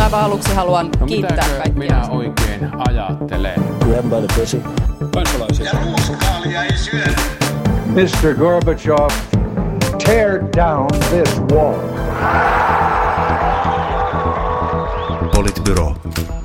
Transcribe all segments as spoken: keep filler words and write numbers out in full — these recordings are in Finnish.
aivan aluksi haluan no, kiittää kaikkia. minä oikein ajattelen? Grab by the pussy. Kansalaisia. Ja ruuskaalia ei syödä. mister Gorbachev, tear down this wall. Politbyro.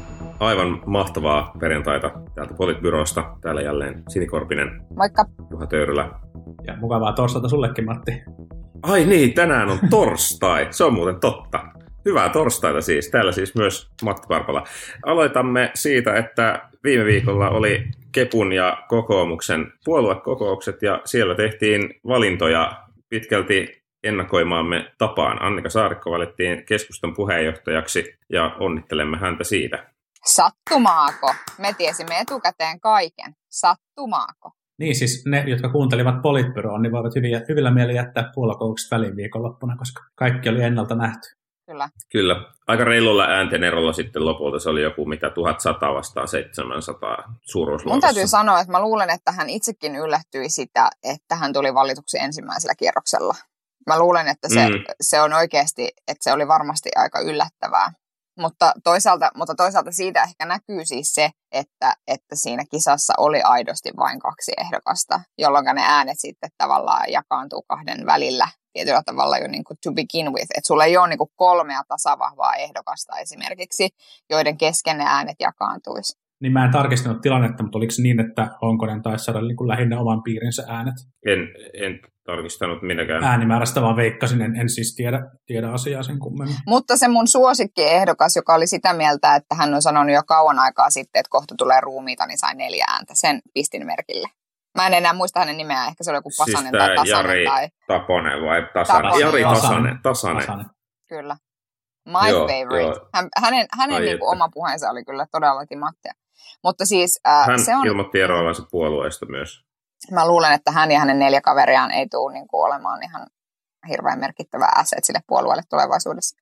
Aivan mahtavaa perjantaita täältä Politbyrosta. Täällä jälleen Sinikorpinen. Moikka. Juha Töyrylä. Ja mukavaa torstaita sullekin, Matti. Ai niin, tänään on torstai. Se on muuten totta. Hyvää torstaita siis. Täällä siis myös Matti Parpala. Aloitamme siitä, että viime viikolla oli Kepun ja kokoomuksen puoluekokoukset ja siellä tehtiin valintoja pitkälti ennakoimaamme tapaan. Annika Saarikko valittiin keskustan puheenjohtajaksi ja onnittelemme häntä siitä. Sattumaako? Me tiesimme etukäteen kaiken. Sattumaako? Niin siis ne, jotka kuuntelivat Politbyroon, niin voivat hyviä, hyvillä mielin jättää puoluekokoukset väliin viikonloppuna, koska kaikki oli ennalta nähty. Kyllä. Kyllä. Aika reilulla äänten erolla sitten lopulta. Se oli joku mitä tuhatsata vastaan seitsemänsataa suuruusluokassa. Mun täytyy sanoa, että mä luulen, että hän itsekin yllättyi sitä, että hän tuli valituksi ensimmäisellä kierroksella. Mä luulen, että se, mm. se on oikeasti, että se oli varmasti aika yllättävää. Mutta toisaalta, mutta toisaalta siitä ehkä näkyy siis se, että, että siinä kisassa oli aidosti vain kaksi ehdokasta, jolloin ne äänet sitten tavallaan jakaantuu kahden välillä tietyllä tavalla jo niin kuin to begin with. Että sulla ei ole niin kuin kolmea tasavahvaa ehdokasta esimerkiksi, joiden kesken ne äänet jakaantuisi. Niin mä en tarkistanut tilannetta, mutta oliko se niin, että Honkonen taisi saada niin kuin lähinnä oman piirinsä äänet? En, en tarkistanut minäkään. Äänimäärästä vaan veikkasin, en, en siis tiedä, tiedä asiaa sen kummemmin. Mutta se mun suosikkiehdokas, joka oli sitä mieltä, että hän on sanonut jo kauan aikaa sitten, että kohta tulee ruumiita, niin sai neljä ääntä. Sen pistin merkille. Mä en enää muista hänen nimeään, ehkä se oli joku Pasanen siis tai Tasanen. Jari tai... Taponen vai Tasanen? Taponen. Jari Tasanen. Tasanen. Tasanen. Kyllä. My joo, favorite. Joo. Hän, hänen hänen niin kuin oma puheensa oli kyllä todellakin mattia. Mutta siis, äh, hän se on... ilmoitti eroavansa puolueesta myös. Mä luulen, että hän ja hänen neljä kaveriaan ei tule niin kuin olemaan ihan hirveän merkittävä asset sille puolueelle tulevaisuudessa.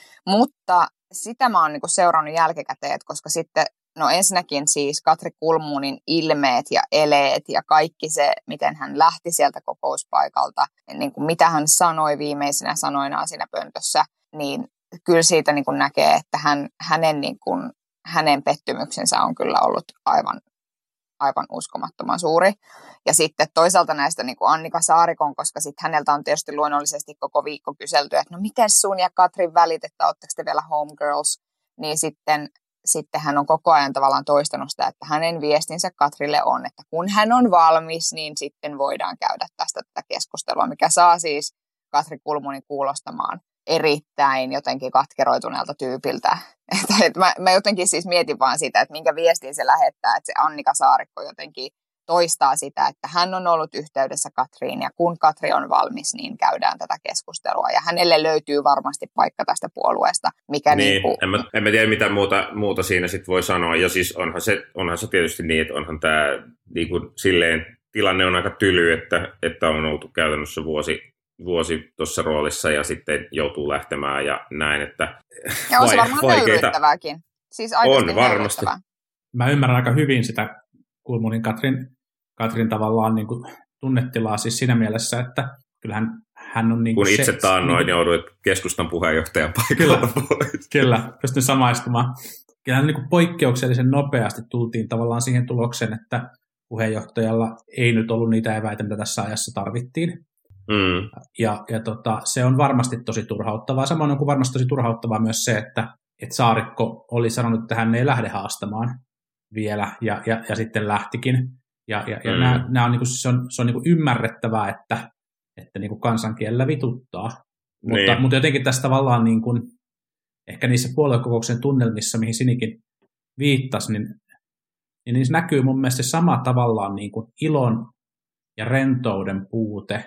Mutta sitä mä oon niin kuin seurannut jälkikäteen, koska sitten, no ensinnäkin siis Katri Kulmunin ilmeet ja eleet ja kaikki se, miten hän lähti sieltä kokouspaikalta, niin kuin mitä hän sanoi viimeisenä sanoinaan siinä pöntössä, niin kyllä siitä niin kuin näkee, että hän, hänen, niin kuin, hänen pettymyksensä on kyllä ollut aivan aivan uskomattoman suuri. Ja sitten toisaalta näistä niin kuin Annika Saarikon, koska sitten häneltä on tietysti luonnollisesti koko viikko kyselty, että no miten sun ja Katrin välit, että ootteko te vielä homegirls, niin sitten, sitten hän on koko ajan tavallaan toistanut sitä, että hänen viestinsä Katrille on, että kun hän on valmis, niin sitten voidaan käydä tästä tätä keskustelua, mikä saa siis Katri Kulmunin kuulostamaan erittäin jotenkin katkeroituneelta tyypiltä. Että, että mä, mä jotenkin siis mietin vaan sitä, että minkä viestin se lähettää, että se Annika Saarikko jotenkin toistaa sitä, että hän on ollut yhteydessä Katriin ja kun Katri on valmis, niin käydään tätä keskustelua. Ja hänelle löytyy varmasti paikka tästä puolueesta, mikä niin, niin kuin... en, mä, en mä tiedä mitä muuta, muuta siinä sit voi sanoa. Ja siis onhan se, onhan se tietysti niin, että onhan tämä niin kuin silleen, tilanne on aika tyly, että, että on oltu käytännössä vuosi vuosi tuossa roolissa ja sitten joutuu lähtemään ja näin, että ja on se varmaan nöyryyttävääkin. Siis on varmasti. Mä ymmärrän aika hyvin sitä Kulmunin Katrin, Katrin tavallaan niin kuin tunnetilaa siis siinä mielessä, että kyllähän hän on niin kuin kun itse se, taannoin niin, jouduit keskustan puheenjohtajan paikalla. Kyllä, kyllä pystyn samaistumaan. Kyllähän niin kuin poikkeuksellisen nopeasti tultiin tavallaan siihen tulokseen, että puheenjohtajalla ei nyt ollut niitä eväitä, mitä tässä ajassa tarvittiin. Mm. Ja, ja tota, se on varmasti tosi turhauttavaa. Samoin on kuin varmasti tosi turhauttavaa myös se, että, että Saarikko oli sanonut, että hän ei lähde haastamaan vielä, ja, ja, ja sitten lähtikin. Ja, ja, ja mm. nämä, nämä on, niin kuin, se on, se on niin kuin ymmärrettävää, että, että niin kuin kansankielellä vituttaa. Niin. Mutta, mutta jotenkin tässä tavallaan niin kuin, ehkä niissä puoluekokouksen tunnelmissa, mihin Sinikin viittasi, niin, niin niissä näkyy mun mielestä sama tavallaan niin kuin ilon ja rentouden puute,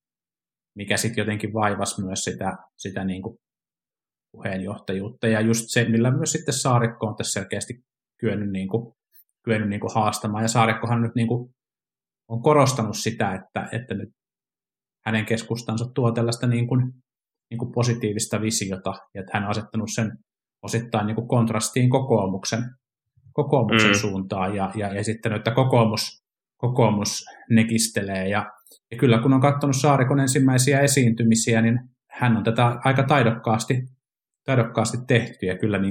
mikä sitten jotenkin vaivasi myös sitä, sitä niin kuin puheenjohtajuutta. Ja just se, millä myös sitten Saarikko on tässä selkeästi kyennyt, niin kuin, kyennyt niin kuin haastamaan. Ja Saarikkohan nyt niin kuin on korostanut sitä, että, että nyt hänen keskustansa tuo tällaista niin kuin, niin kuin positiivista visiota, ja että hän on asettanut sen osittain niin kuin kontrastiin kokoomuksen, kokoomuksen mm. suuntaan, ja, ja esittänyt, että kokoomus, kokoomus nekistelee, ja Ja kyllä kun on katsonut Saarikon ensimmäisiä esiintymisiä, niin hän on tätä aika taidokkaasti, taidokkaasti tehty ja kyllä niin kuin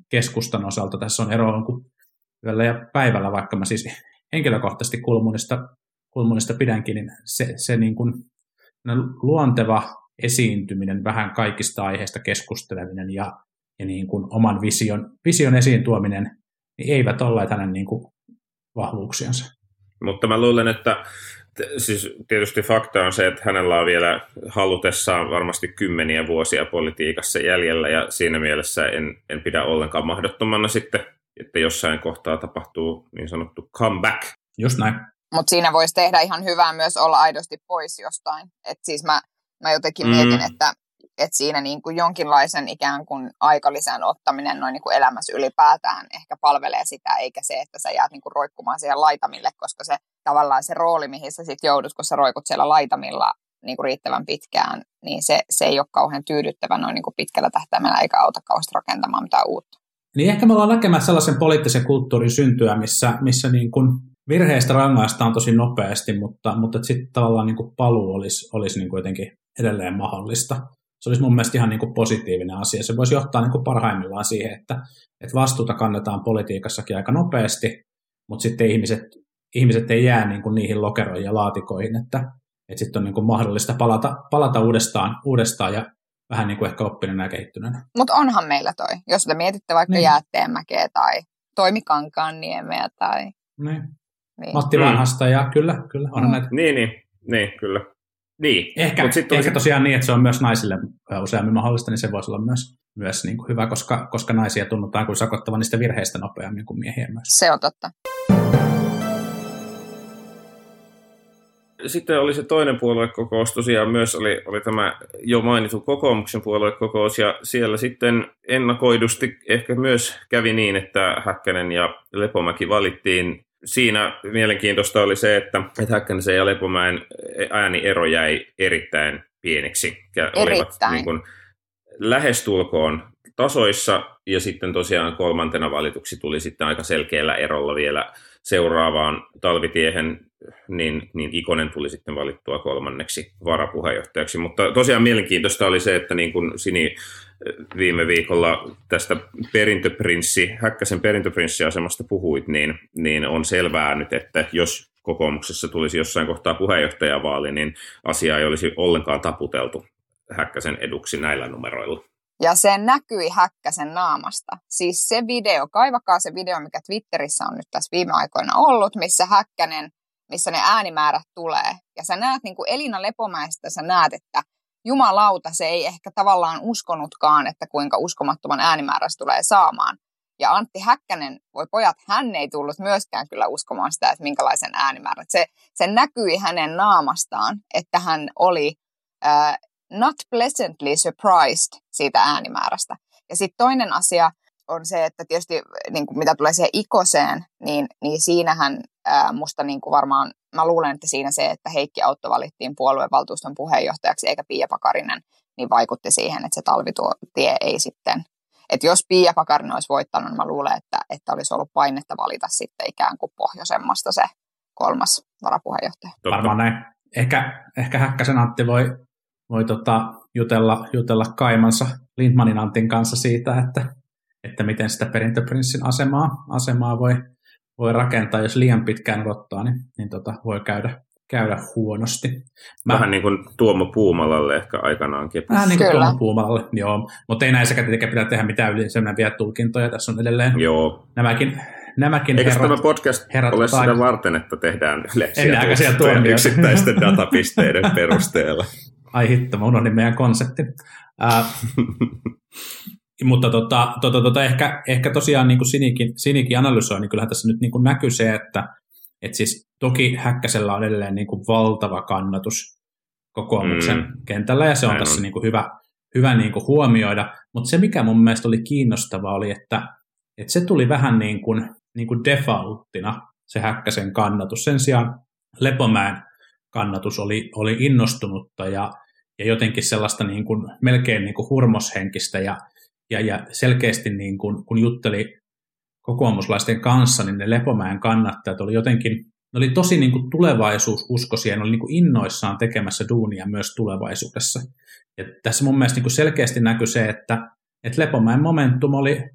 keskustan osalta tässä on ero kuin yöllä ja päivällä, vaikka mä siis henkilökohtaisesti Kulmunista, Kulmunista pidänkin, niin se, se niin kuin luonteva esiintyminen, vähän kaikista aiheista keskusteleminen ja, ja niin kuin oman vision, vision esiin tuominen, niin eivät olleet hänen niin kuin vahvuuksiansa. Mutta mä luulen, että siis tietysti fakta on se, että hänellä on vielä halutessaan varmasti kymmeniä vuosia politiikassa jäljellä, ja siinä mielessä en, en pidä ollenkaan mahdottomana sitten, että jossain kohtaa tapahtuu niin sanottu comeback. Just näin. Mutta siinä voisi tehdä ihan hyvää myös olla aidosti pois jostain. Et siis mä, mä jotenkin mietin, mm. että et siinä niinku jonkinlaisen ikään kuin aikalisän ottaminen noin niinku elämässä ylipäätään ehkä palvelee sitä, eikä se, että sä jäät niinku roikkumaan siihen laitamille, koska se tavallaan se rooli, mihin sä sit joudut, kun sä roikut siellä laitamilla niinku riittävän pitkään, niin se, se ei ole kauhean tyydyttävä noin niinku pitkällä tähtäimellä, eikä auta kauheasti rakentamaan mitään uutta. Niin ehkä me ollaan näkemässä sellaisen poliittisen kulttuurin syntyä, missä, missä niin kuin virheistä rangaistaan tosi nopeasti, mutta, mutta sitten tavallaan niin kuin paluu olisi, olisi niin kuin jotenkin edelleen mahdollista. Se olisi mun mielestä ihan niin kuin positiivinen asia. Se voisi johtaa niin kuin parhaimmillaan siihen, että, että vastuuta kannetaan politiikassakin aika nopeasti, mutta sitten ihmiset, ihmiset ei jää niin kuin niihin lokeroihin ja laatikoihin, että, että sitten on niin kuin mahdollista palata, palata uudestaan, uudestaan ja vähän niin kuin ehkä oppinen ja kehittyneenä. Mutta onhan meillä toi, jos te mietitte vaikka niin. Jäätteenmäkeä tai Toimi Kankaanniemeä tai... Niin. Niin. Matti Vanhasta ja kyllä, kyllä onhan mm. näitä. Niin, niin, niin, kyllä. Niin. Ehkä, ehkä olisi... tosiaan niin, että se on myös naisille useammin mahdollista, niin se voisi olla myös, myös niin kuin hyvä, koska, koska naisia tunnutaan kuin sakottavan niistä virheistä nopeammin kuin miehiä myös. Se on totta. Sitten oli se toinen puoluekokous, tosiaan myös oli, oli tämä jo mainittu kokoomuksen puoluekokous, ja siellä sitten ennakoidusti ehkä myös kävi niin, että Häkkänen ja Lepomäki valittiin. Siinä mielenkiintoista oli se, että Häkkänen ja Lepomäen ääniero jäi erittäin pieniksi. Erittäin. Niin kuin lähestulkoon tasoissa, ja sitten tosiaan kolmantena valituksi tuli sitten aika selkeällä erolla vielä seuraavaan Talvitiehen, niin, niin Ikonen tuli sitten valittua kolmanneksi varapuheenjohtajaksi. Mutta tosiaan mielenkiintoista oli se, että niin kuin Sini viime viikolla tästä perintöprinssi, Häkkäsen perintöprinssiasemasta puhuit, niin, niin on selvää nyt, että jos kokoomuksessa tulisi jossain kohtaa puheenjohtajavaali, niin asia ei olisi ollenkaan taputeltu Häkkäsen eduksi näillä numeroilla. Ja se näkyi Häkkäsen naamasta. Siis se video, kaivakaa se video, mikä Twitterissä on nyt tässä viime aikoina ollut, missä Häkkänen, missä ne äänimäärät tulee. Ja sä näet niin kuin Elina Lepomäestä, sä näet, että jumalauta, se ei ehkä tavallaan uskonutkaan, että kuinka uskomattoman äänimäärästä tulee saamaan. Ja Antti Häkkänen, voi pojat, hän ei tullut myöskään kyllä uskomaan sitä, että minkälaisen äänimäärän. Se, se näkyi hänen naamastaan, että hän oli... Äh, not pleasantly surprised siitä äänimäärästä. Ja sitten toinen asia on se, että tietysti niin kuin mitä tulee siihen Ikoseen, niin, niin siinähän ää, musta niin kuin varmaan, mä luulen, että siinä se, että Heikki Autto valittiin puoluevaltuuston puheenjohtajaksi eikä Pia Pakarinen, niin vaikutti siihen, että se Talvitie ei sitten, että jos Pia Pakarinen olisi voittanut, niin mä luulen, että, että olisi ollut painetta valita sitten ikään kuin pohjoisemmasta se kolmas varapuheenjohtaja. Varmaan näin. Ehkä, ehkä Häkkäsen Antti voi voi tota, jutella, jutella kaimansa Lindmanin Antin kanssa siitä, että, että miten sitä perintöprinssin asemaa, asemaa voi, voi rakentaa, jos liian pitkään odottaa, niin, niin tota, voi käydä, käydä huonosti. Mä, Vähän niin kuin Tuomo Puumalalle ehkä aikanaankin. Vähän niin kuin Kyllä. Tuomo Puumalalle, joo. Mutta ei näissäkään tietenkään pitää tehdä mitään ylisemmäviä tulkintoja. Tässä on edelleen joo. nämäkin, nämäkin Eikö herrat. Eikö tämä podcast ole sitä aina varten, että tehdään yleisiä yksittäisten datapisteiden perusteella? Ai hitto, mä unohdin meidän konseptin. Ää, mutta tota, tota, tota, ehkä, ehkä tosiaan niin kuin Sinikin, Sinikin analysoi, niin kyllähän tässä nyt niin kuin näkyy se, että et siis toki Häkkäsellä on edelleen niin kuin valtava kannatus kokoomuksen mm. kentällä, ja se on Näin tässä on. Niin kuin hyvä, hyvä niin kuin huomioida. Mutta se, mikä mun mielestä oli kiinnostavaa, oli, että, että se tuli vähän niin kuin, niin kuin defaulttina, se Häkkäsen kannatus. Sen sijaan Lepomäen kannatus oli, oli innostunutta ja, ja jotenkin sellaista niin kuin, melkein niin kuin hurmoshenkistä ja, ja, ja selkeästi niin kuin, kun jutteli kokoomuslaisten kanssa, niin ne Lepomäen kannattajat oli jotenkin, ne oli tosi niin kuin tulevaisuususkoisia, ne oli niin kuin innoissaan tekemässä duunia myös tulevaisuudessa. Ja tässä mun mielestä niin kuin selkeästi näkyi se, että, että Lepomäen momentum oli,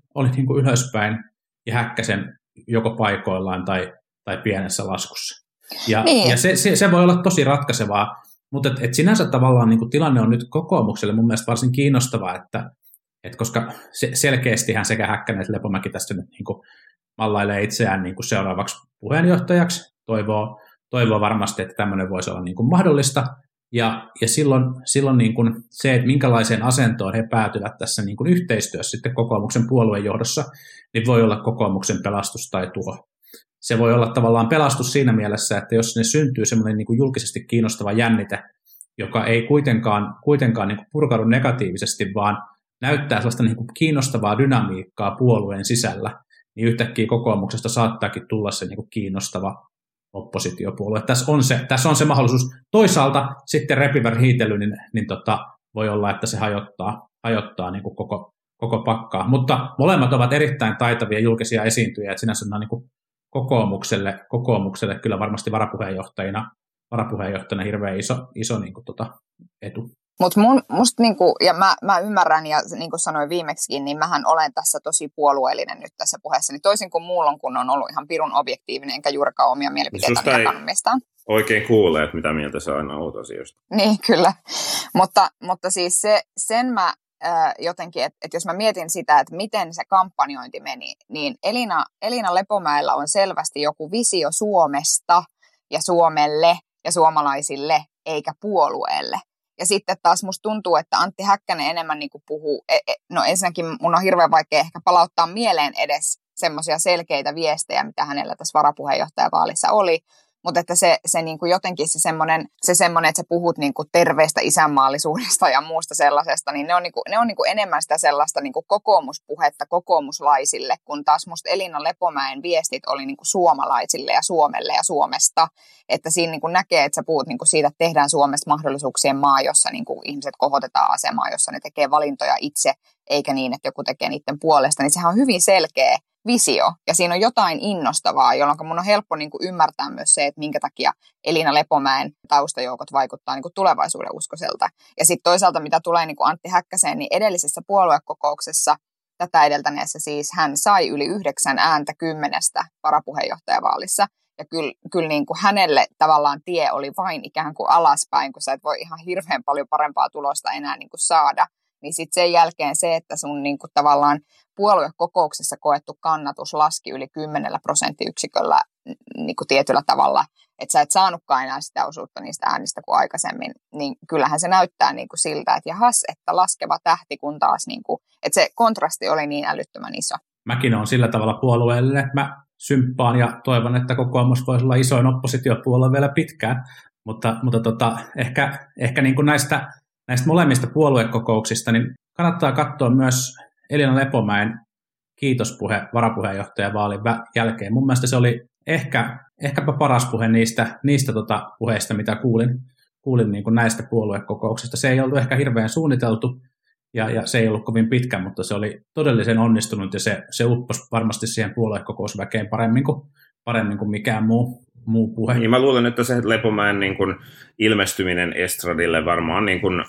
oli niin kuin ylöspäin ja Häkkäsen joko paikoillaan tai, tai pienessä laskussa. Ja, niin. ja se, se, se voi olla tosi ratkaisevaa, mutta et, et sinänsä tavallaan niin kuin tilanne on nyt kokoomukselle mun mielestä varsin kiinnostavaa, että et koska se, selkeästihän sekä Häkkänen että Lepomäki tästä nyt niin kuin mallailee itseään niin kuin seuraavaksi puheenjohtajaksi, toivoo, toivoo varmasti, että tämmöinen voisi olla niin kuin mahdollista, ja, ja silloin, silloin niin kuin se, että minkälaiseen asentoon he päätyvät tässä niin kuin yhteistyössä sitten kokoomuksen puolueen johdossa, niin voi olla kokoomuksen pelastus tai tuho. Se voi olla tavallaan pelastus siinä mielessä, että jos ne syntyy semmoinen niin kuin julkisesti kiinnostava jännite, joka ei kuitenkaan, kuitenkaan niin kuin purkaudu negatiivisesti, vaan näyttää sellaista niin kuin kiinnostavaa dynamiikkaa puolueen sisällä, niin yhtäkkiä kokoomuksesta saattaakin tulla se niin kuin kiinnostava oppositiopuolue. Tässä on se, tässä on se mahdollisuus. Toisaalta sitten repivä riitely, niin, niin tota, voi olla, että se hajottaa, hajottaa niin kuin koko, koko pakkaa. Mutta molemmat ovat erittäin taitavia julkisia esiintyjiä, että sinänsä on niin kuin kokoomukselle, kokoomukselle kyllä varmasti varapuheenjohtajina, varapuheenjohtajana hirveän iso, iso niin kuin tota etu. Mutta musta niinku, ja mä, mä ymmärrän, ja niin kuin sanoin viimeksikin, niin mähän olen tässä tosi puolueellinen nyt tässä puheessa. Niin toisin kuin muulloin, kun on ollut ihan pirun objektiivinen, enkä juurikaan omia mielipiteitä jakanut mistään. Oikein kuulee, että mitä mieltä sä aina oot asioista. Niin, kyllä. Mutta, mutta siis se, sen mä äh, jotenkin, että et jos mä mietin sitä, että miten se kampanjointi meni, niin Elina, Elina Lepomäellä on selvästi joku visio Suomesta ja Suomelle ja suomalaisille, eikä puolueelle. Ja sitten taas musta tuntuu, että Antti Häkkänen enemmän niin kuin puhuu, no ensinnäkin mun on hirveän vaikea ehkä palauttaa mieleen edes semmoisia selkeitä viestejä, mitä hänellä tässä varapuheenjohtajavaalissa oli, mutta että se, se niin kuin jotenkin se semmoinen, se semmoinen, että sä puhut niin kuin terveestä isänmaallisuudesta ja muusta sellaisesta, niin ne on, niin kuin, ne on niin kuin enemmän sitä sellaista niin kuin kokoomuspuhetta kokoomuslaisille, kun taas musta Elina Lepomäen viestit oli niin kuin suomalaisille ja Suomelle ja Suomesta, että siinä niin kuin näkee, että sä puhut niin kuin siitä, että tehdään Suomesta mahdollisuuksien maa, jossa niin kuin ihmiset kohotetaan asemaa, jossa ne tekee valintoja itse, eikä niin, että joku tekee niiden puolesta, niin sehän on hyvin selkeä visio, ja siinä on jotain innostavaa, jolloin mun on helppo niin kuin ymmärtää myös se, että minkä takia Elina Lepomäen taustajoukot vaikuttaa niin kuin tulevaisuuden uskoiselta. Ja sitten toisaalta, mitä tulee niin kuin Antti Häkkäseen, niin edellisessä puoluekokouksessa, tätä edeltäneessä siis, hän sai yli yhdeksän ääntä kymmenestä varapuheenjohtajavaalissa, ja kyllä, kyllä niin kuin hänelle tavallaan tie oli vain ikään kuin alaspäin, kun sä et voi ihan hirveän paljon parempaa tulosta enää niin kuin saada, niin sitten sen jälkeen se, että sun niin kuin tavallaan puoluekokouksessa koettu kannatus laski yli kymmenellä prosenttiyksiköllä niin kuin tietyllä tavalla, että sä et saanutkaan enää sitä osuutta niistä äänistä kuin aikaisemmin, niin kyllähän se näyttää niin kuin siltä, että jahas, että laskeva tähti, kun taas, niin kuin, että se kontrasti oli niin älyttömän iso. Mäkin olen sillä tavalla puolueellinen, että mä symppaan ja toivon, että kokoomus voisi olla isoin oppositiopuolue vielä pitkään, mutta, mutta tota, ehkä, ehkä niin kuin näistä, näistä molemmista puoluekokouksista niin kannattaa katsoa myös Elina Lepomäen kiitospuhe varapuheenjohtajavaalin jälkeen. Mun mielestä se oli ehkä, ehkäpä paras puhe niistä, niistä tota puheista, mitä kuulin, kuulin niin kuin näistä puoluekokouksista. Se ei ollut ehkä hirveän suunniteltu ja, ja se ei ollut kovin pitkä, mutta se oli todellisen onnistunut ja se, se upposi varmasti siihen puoluekokousväkeen paremmin kuin, paremmin kuin mikään muu, muu puhe. Niin mä luulen, että se Lepomäen niin kuin ilmestyminen estradille varmaan niin kuin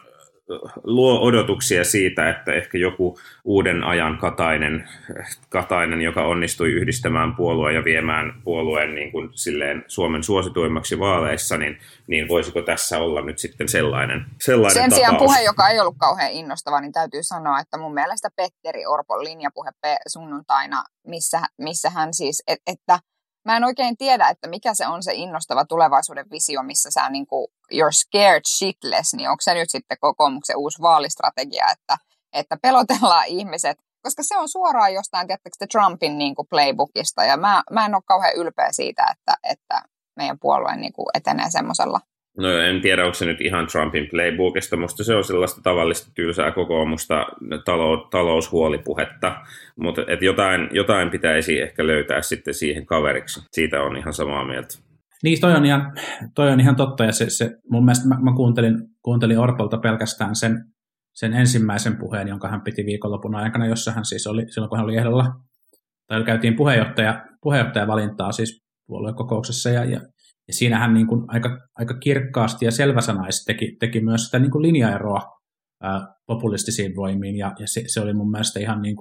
luo odotuksia siitä, että ehkä joku uuden ajan Katainen, Katainen joka onnistui yhdistämään puolueen ja viemään puolueen niin kuin silleen Suomen suosituimmaksi vaaleissa, niin, niin voisiko tässä olla nyt sitten sellainen, sellainen Sen tapaus. sijaan puhe, joka ei ollut kauhean innostava, niin täytyy sanoa, että mun mielestä Petteri Orpon linjapuhe sunnuntaina, missä, missä hän siis, et, että mä en oikein tiedä, että mikä se on se innostava tulevaisuuden visio, missä sä niin kuin, you're scared shitless, niin onko se nyt sitten kokoomuksen uusi vaalistrategia, että, että pelotellaan ihmiset, koska se on suoraan jostain, tiedättekö Trumpin niin kuin playbookista, ja mä, mä en ole kauhean ylpeä siitä, että, että meidän puolue niin kuin etenee semmoisella. No en tiedä, onko se nyt ihan Trumpin playbookista, musta se on sellaista tavallista tylsää kokoomusta talou- taloushuolipuhetta, mutta et jotain, jotain pitäisi ehkä löytää sitten siihen kaveriksi. Siitä on ihan samaa mieltä. Niin, toi on ihan, toi on ihan totta, ja se, se, mun mielestä mä, mä kuuntelin, kuuntelin Orpolta pelkästään sen, sen ensimmäisen puheen, jonka hän piti viikonlopun aikana, jossa hän siis oli, silloin kun hän oli ehdolla, tai käytiin puheenjohtaja, puheenjohtajavalintaa siis puoluekokouksessa, ja, ja Ja siinä hän niin kuin aika, aika kirkkaasti ja selväsanaisesti teki, teki myös sitä niin kuin linjaeroa ää, populistisiin voimiin, ja, ja se, se oli mun mielestä ihan, niin kuin,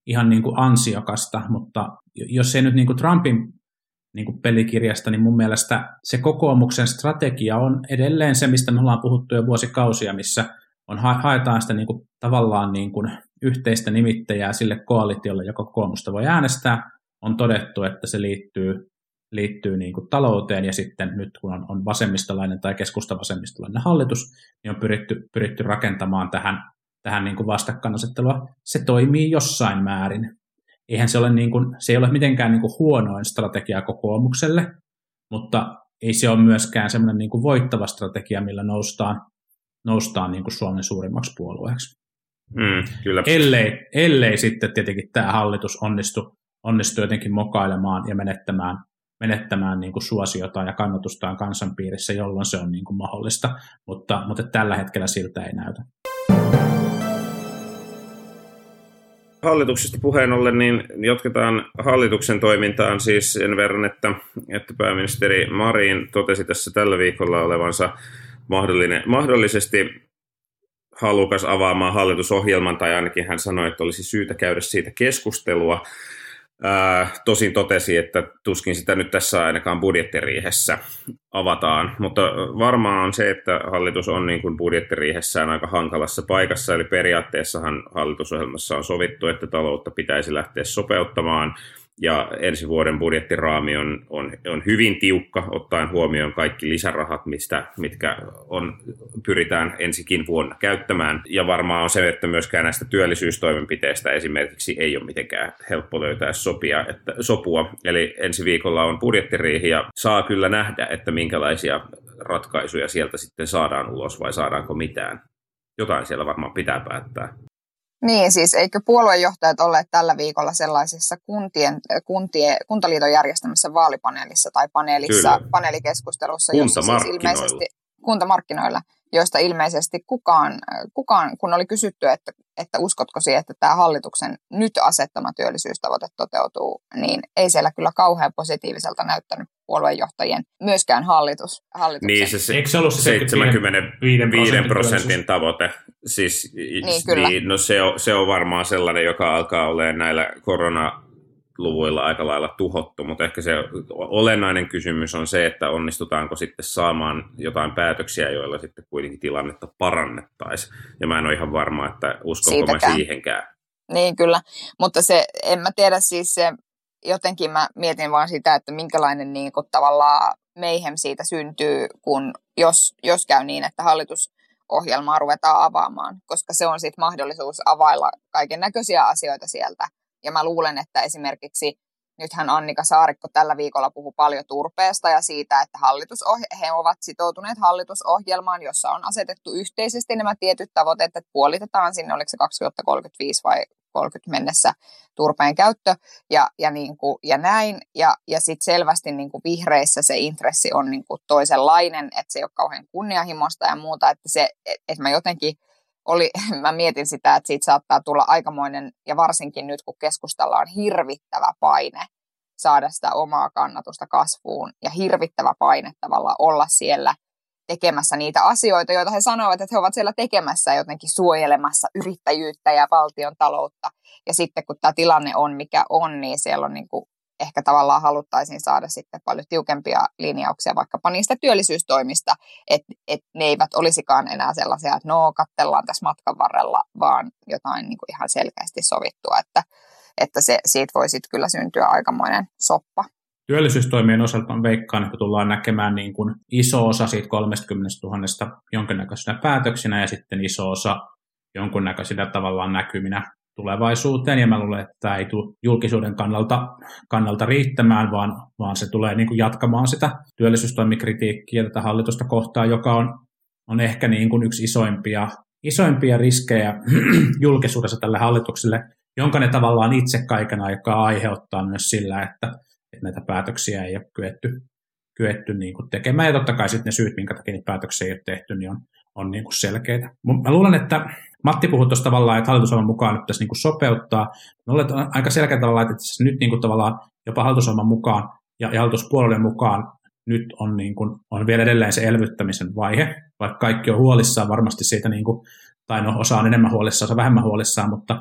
ihan niin kuin ansiokasta, mutta jos ei nyt niin kuin Trumpin niin kuin pelikirjasta, niin mun mielestä se kokoomuksen strategia on edelleen se, mistä me ollaan puhuttu jo vuosikausia, missä on, haetaan sitä niin kuin, tavallaan niin kuin yhteistä nimittäjää sille koalitiolle, joka kokoomusta voi äänestää. On todettu, että se liittyy, liittyy niin kuin talouteen, ja sitten nyt kun on, on vasemmistolainen tai keskustavasemmistolainen hallitus, niin on pyritty, pyritty rakentamaan tähän, tähän niin kuin vastakkainasettelua. Se toimii jossain määrin. Eihän se ole, niin kuin, se ei ole mitenkään niin kuin huonoin strategia kokoomukselle, mutta ei se ole myöskään semmoinen niin kuin voittava strategia, millä noustaan, noustaan niin kuin Suomen suurimmaksi puolueeksi. Mm, kyllä. Ellei, ellei sitten tietenkin tämä hallitus onnistu, onnistu jotenkin mokailemaan ja menettämään, menettämään niin kuin suosiota ja kannatustaan kansanpiirissä, jolloin se on niin kuin mahdollista, mutta, mutta tällä hetkellä siltä ei näytä. Hallituksesta puheen ollen, niin jatketaan hallituksen toimintaan siis sen verran, että, että pääministeri Marin totesi tässä tällä viikolla olevansa mahdollinen, mahdollisesti halukas avaamaan hallitusohjelman, tai ainakin hän sanoi, että olisi syytä käydä siitä keskustelua. Ää, tosin totesi, että tuskin sitä nyt tässä ainakaan budjettiriihessä avataan, mutta varmaan on se, että hallitus on niin kuin budjettiriihessään aika hankalassa paikassa, eli periaatteessahan hallitusohjelmassa on sovittu, että taloutta pitäisi lähteä sopeuttamaan, ja ensi vuoden budjettiraami on, on, on hyvin tiukka, ottaen huomioon kaikki lisärahat, mistä, mitkä on, pyritään ensikin vuonna käyttämään. Ja varmaan on se, että myöskään näistä työllisyystoimenpiteistä esimerkiksi ei ole mitenkään helppo löytää sopia, että, sopua. Eli ensi viikolla on budjettiriihi ja saa kyllä nähdä, että minkälaisia ratkaisuja sieltä sitten saadaan ulos vai saadaanko mitään. Jotain siellä varmaan pitää päättää. Niin, siis eikö puoluejohtajat olleet tällä viikolla sellaisessa kuntien, kuntien, kuntaliiton järjestämässä vaalipaneelissa tai paneelissa, paneelikeskustelussa, jossa siis ilmeisesti kuntamarkkinoilla, joista ilmeisesti kukaan, kukaan kun oli kysytty, että, että uskotko siihen, että tämä hallituksen nyt asettama työllisyystavoite toteutuu, niin ei siellä kyllä kauhean positiiviselta näyttänyt puoluejohtajien myöskään hallitus. Niin, se, se, eikö se ollut se seitsemänkymmentäviisi prosentin tavoite? Siis, niin, kyllä. Niin, no se on, se on varmaan sellainen, joka alkaa olemaan näillä koronaluvuilla aika lailla tuhottu, mutta ehkä se olennainen kysymys on se, että onnistutaanko sitten saamaan jotain päätöksiä, joilla sitten kuitenkin tilannetta parannettaisiin. Ja mä en ole ihan varma, että uskonko Siitäkään. mä siihenkään. Niin, kyllä. Mutta se, en mä tiedä siis se, jotenkin mä mietin vaan sitä, että minkälainen niin kuin tavallaan mayhem siitä syntyy, kun jos, jos käy niin, että hallitusohjelmaa ruvetaan avaamaan, koska se on sitten mahdollisuus availla kaiken näköisiä asioita sieltä. Ja mä luulen, että esimerkiksi nythän Annika Saarikko tällä viikolla puhui paljon turpeesta ja siitä, että hallitusoh- he ovat sitoutuneet hallitusohjelmaan, jossa on asetettu yhteisesti nämä tietyt tavoitteet, että puolitetaan sinne, oliko se kaksituhattakolmekymmentäviisi vai kolmekymmentä mennessä turpeen käyttö ja, ja, niin kuin, ja näin. Ja, ja sitten selvästi niin kuin vihreissä se intressi on niin kuin toisenlainen, että se ei ole kauhean kunnianhimoista ja muuta, että, se, että mä jotenkin oli, mä mietin sitä, että siitä saattaa tulla aikamoinen, ja varsinkin nyt kun keskustalla on hirvittävä paine saada sitä omaa kannatusta kasvuun ja hirvittävä paine tavallaan olla siellä tekemässä niitä asioita, joita he sanovat, että he ovat siellä tekemässä jotenkin suojelemassa yrittäjyyttä ja valtion taloutta. Ja sitten kun tämä tilanne on mikä on, niin siellä on niin kuin ehkä tavallaan haluttaisiin saada sitten paljon tiukempia linjauksia vaikkapa niistä työllisyystoimista, että et ne eivät olisikaan enää sellaisia, että no katsellaan tässä matkan varrella, vaan jotain niin kuin ihan selkeästi sovittua, että, että se, siitä voi sitten kyllä syntyä aikamoinen soppa. Työllisyystoimien osalta on veikkaan, että tullaan näkemään niin kuin iso osa siitä kolmekymmentätuhatta jonkinnäköisinä päätöksinä ja sitten iso osa jonkinnäköisinä tavallaan näkyminä tulevaisuuteen, ja mä luulen, että tämä ei tule julkisuuden kannalta, kannalta riittämään, vaan, vaan se tulee niin kuin jatkamaan sitä työllisyystoimikritiikkiä tätä hallitusta kohtaan, joka on, on ehkä niin kuin yksi isoimpia, isoimpia riskejä julkisuudessa tälle hallitukselle, jonka ne tavallaan itse kaiken aikaa aiheuttaa myös sillä, että, että näitä päätöksiä ei ole kyetty, kyetty niin kuin tekemään, ja totta kai sitten ne syyt, minkä takia niitä päätöksiä ei ole tehty, niin on, on niin kuin selkeitä. Mä luulen, että Matti puhui tuossa tavallaan, että hallitusohjelman mukaan nyt pitäisi niin kuin sopeuttaa. Me ollaan aika selkeä tavalla, että nyt niin kuin tavallaan jopa hallitusohjelman mukaan ja, ja hallituspuolueiden mukaan nyt on, niin kuin, on vielä edelleen se elvyttämisen vaihe, vaikka kaikki on huolissaan varmasti siitä, niin kuin, tai no, osa on enemmän huolissaan, osa vähemmän huolissaan, mutta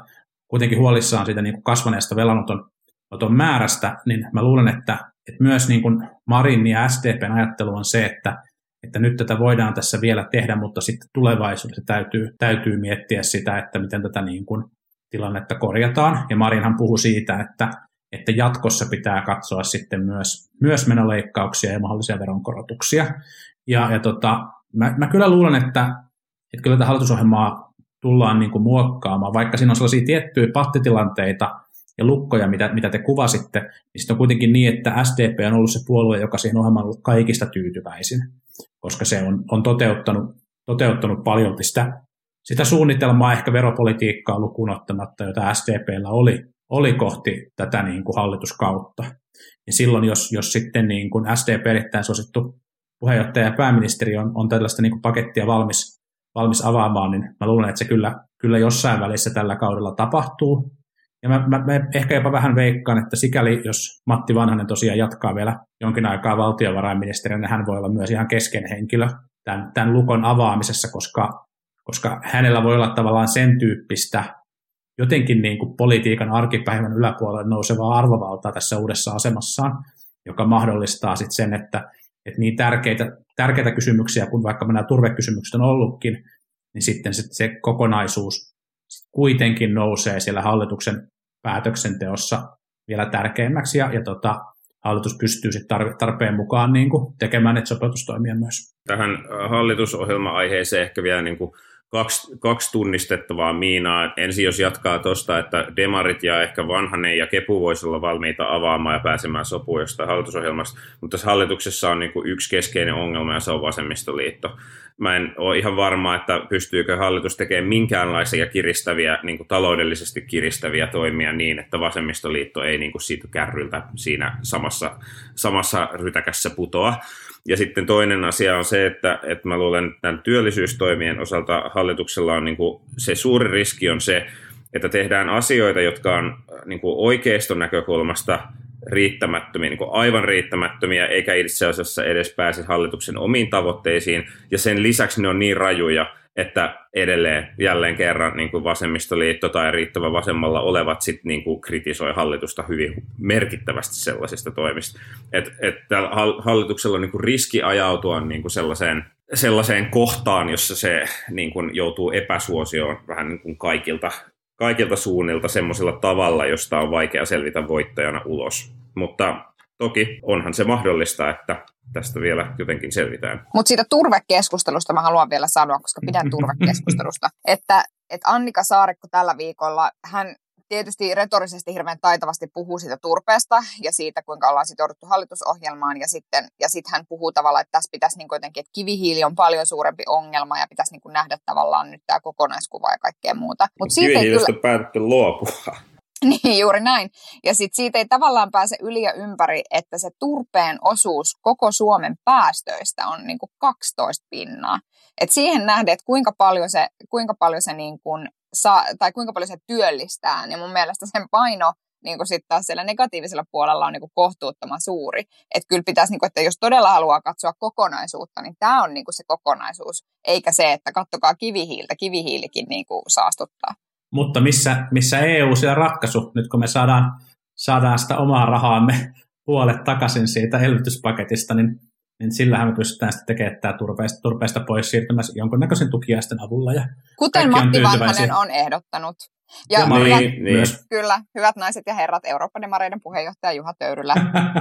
kuitenkin huolissaan siitä niin kuin kasvaneesta velanoton oton määrästä, niin mä luulen, että, että myös niin kuin Marinin ja S D P:n ajattelu on se, että, että nyt tätä voidaan tässä vielä tehdä, mutta sitten tulevaisuudessa täytyy, täytyy miettiä sitä, että miten tätä niin kuin tilannetta korjataan. Ja Marinhan puhui siitä, että, että jatkossa pitää katsoa sitten myös, myös menoleikkauksia ja mahdollisia veronkorotuksia. Ja, ja tota, mä, mä kyllä luulen, että, että kyllä tätä hallitusohjelmaa tullaan niin kuin muokkaamaan, vaikka siinä on sellaisia tiettyjä pattitilanteita ja lukkoja, mitä, mitä te kuvasitte, niin sitten on kuitenkin niin, että S D P on ollut se puolue, joka siihen ohjelmaan on ollut kaikista tyytyväisin, koska se on, on toteuttanut, toteuttanut paljon sitä, sitä suunnitelmaa, ehkä veropolitiikkaa lukuun ottamatta, jota S D P:llä oli, oli kohti tätä niin kuin hallituskautta. Ja silloin, jos, jos sitten niin kuin S D P erittäin suosittu puheenjohtaja ja pääministeri on, on tällaista niin kuin pakettia valmis, valmis avaamaan, niin mä luulen, että se kyllä, kyllä jossain välissä tällä kaudella tapahtuu. Ja mä, mä, mä ehkä jopa vähän veikkaan, että sikäli, jos Matti Vanhanen tosiaan jatkaa vielä jonkin aikaa valtiovarainministerinä, niin hän voi olla myös ihan keskeinen henkilö tämän, tämän lukon avaamisessa, koska, koska hänellä voi olla tavallaan sen tyyppistä jotenkin niin kuin politiikan arkipäivän yläpuolelle nousevaa arvovaltaa tässä uudessa asemassaan, joka mahdollistaa sitten sen, että, että niin tärkeitä, tärkeitä kysymyksiä, kun vaikka nämä turvekysymykset on ollutkin, niin sitten se, se kokonaisuus kuitenkin nousee siellä hallituksen päätöksenteossa vielä tärkeämmäksi, ja, ja tota, hallitus pystyy sitten tarpeen mukaan niin kuin tekemään näitä sopeutustoimia myös. Tähän hallitusohjelma-aiheeseen ehkä vielä niin kuin kaksi, kaksi tunnistettavaa miinaa. Ensin jos jatkaa tuosta, että demarit ja ehkä Vanhanen ja Kepu voisi olla valmiita avaamaan ja pääsemään sopuun jostain hallitusohjelmasta, mutta tässä hallituksessa on niin kuin yksi keskeinen ongelma, ja se on vasemmistoliitto. Mä en ole ihan varma, että pystyykö hallitus tekemään minkäänlaisia kiristäviä, niin kuin taloudellisesti kiristäviä toimia niin, että vasemmistoliitto ei niin kuin siitä kärryltä siinä samassa, samassa rytäkässä putoa. Ja sitten toinen asia on se, että, että mä luulen, että tämän työllisyystoimien osalta hallituksella on niin kuin, se suuri riski on se, että tehdään asioita, jotka on niin kuin oikeiston näkökulmasta riittämättömiä, niin kuin aivan riittämättömiä, eikä itse asiassa edes pääse hallituksen omiin tavoitteisiin, ja sen lisäksi ne on niin rajuja, että edelleen jälleen kerran niin kuin vasemmistoliitto tai riittävän vasemmalla olevat sit niin kuin kritisoi hallitusta hyvin merkittävästi sellaisista toimista. Että et hallituksella on niin kuin riski ajautua niin kuin sellaiseen, sellaiseen kohtaan, jossa se niin kuin joutuu epäsuosioon vähän niin kuin kaikilta, kaikilta suunnilta semmoisella tavalla, josta on vaikea selvitä voittajana ulos. Mutta toki onhan se mahdollista, että tästä vielä jotenkin selvitään. Mutta siitä turvekeskustelusta mä haluan vielä sanoa, koska pidän turvekeskustelusta, että, että Annika Saarikko tällä viikolla, hän tietysti retorisesti hirveän taitavasti puhuu siitä turpeesta ja siitä, kuinka ollaan sitouduttu hallitusohjelmaan, ja sitten ja sit hän puhuu tavallaan, että tässä pitäisi niin jotenkin, että kivihiili on paljon suurempi ongelma ja pitäisi niin nähdä tavallaan nyt tämä kokonaiskuva ja kaikkea muuta. Mut siitä kivihiilestä kyllä päätetty luopua. Niin, juuri näin. Ja sitten siitä ei tavallaan pääse yli ja ympäri, että se turpeen osuus koko Suomen päästöistä on niin kuin kaksitoista pinnaa. Et siihen nähdään, että kuinka paljon se, kuinka paljon se, niin kuin saa, tai kuinka paljon se työllistää. Ja mun mielestä sen paino niin kuin sitten taas siellä negatiivisella puolella on niin kuin kohtuuttoman suuri. Että kyllä pitäisi, niin kuin, että jos todella haluaa katsoa kokonaisuutta, niin tämä on niin kuin se kokonaisuus. Eikä se, että katsokaa kivihiiltä, kivihiilikin niin kuin saastuttaa. Mutta missä, missä E U siellä ratkaisu, nyt kun me saadaan, saadaan sitä omaa rahaamme puolet takaisin siitä elvytyspaketista, niin, niin sillähän me pystytään sitten tekemään tämä turpeesta, turpeesta pois siirtymässä jonkunnäköisen tukiaisten avulla. Ja kuten Matti Vanhanen on ehdottanut. Ja ja hyvät, niin, niin. kyllä, hyvät naiset ja herrat, Eurooppa-demareiden puheenjohtaja Juha Töyrylä.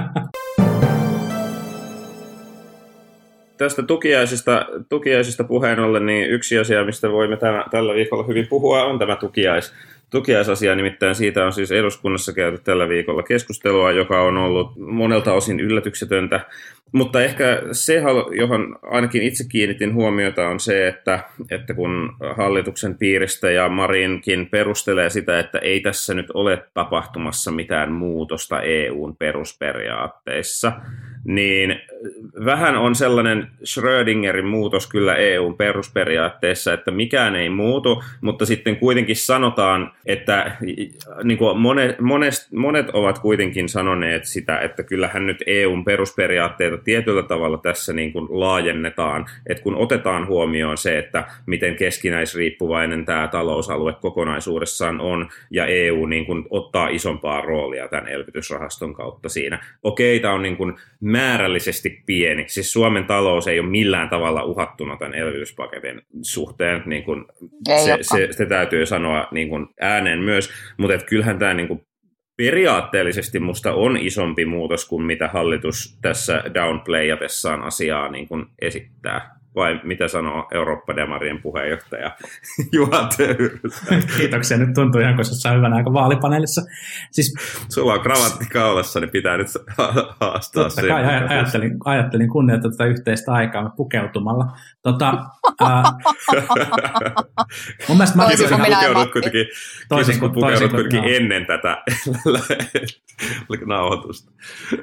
Tästä tukiaisista, tukiaisista puheen ollen, niin yksi asia, mistä voimme tämän, tällä viikolla hyvin puhua, on tämä tukiais, tukiaisasia. Nimittäin siitä on siis eduskunnassa käyty tällä viikolla keskustelua, joka on ollut monelta osin yllätyksetöntä. Mutta ehkä se, johon ainakin itse kiinnitin huomiota, on se, että, että kun hallituksen piiristä ja Marinkin perustelee sitä, että ei tässä nyt ole tapahtumassa mitään muutosta E U:n perusperiaatteissa, niin vähän on sellainen Schrödingerin muutos kyllä E U:n perusperiaatteessa, että mikään ei muutu, mutta sitten kuitenkin sanotaan, että niin kuin monet, monet, monet ovat kuitenkin sanoneet sitä, että kyllähän nyt E U:n perusperiaatteita tietyllä tavalla tässä niin kuin laajennetaan, että kun otetaan huomioon se, että miten keskinäisriippuvainen tämä talousalue kokonaisuudessaan on, ja E U niin kuin ottaa isompaa roolia tämän elvytysrahaston kautta siinä. Okei, tämä on niin kuin määrällisesti pieni, siis Suomen talous ei ole millään tavalla uhattuna tämän elvytyspaketin suhteen, niin kuin se, se, se täytyy sanoa niin kuin ääneen myös, mutta et kyllähän tämä niin kuin periaatteellisesti musta on isompi muutos kuin mitä hallitus tässä downplayatessaan asiaa niin kuin esittää. Vai mitä sanoo Eurooppa-demarien puheenjohtaja Juha Töyrysä? Kiitoksia. Nyt tuntuu ihan, kun se saa hyvän aika vaalipaneelissa. Siis, sulla on kravatti kaulassa, niin pitää nyt haastaa sen. Totta kai ajattelin, ajattelin kunnioittaa tätä yhteistä aikaa pukeutumalla. Tota, ää, mun mielestä Kiitos, kun pukeudut kuitenkin, toisin, kun pukeudut kuitenkin no. ennen tätä nauhoitusta.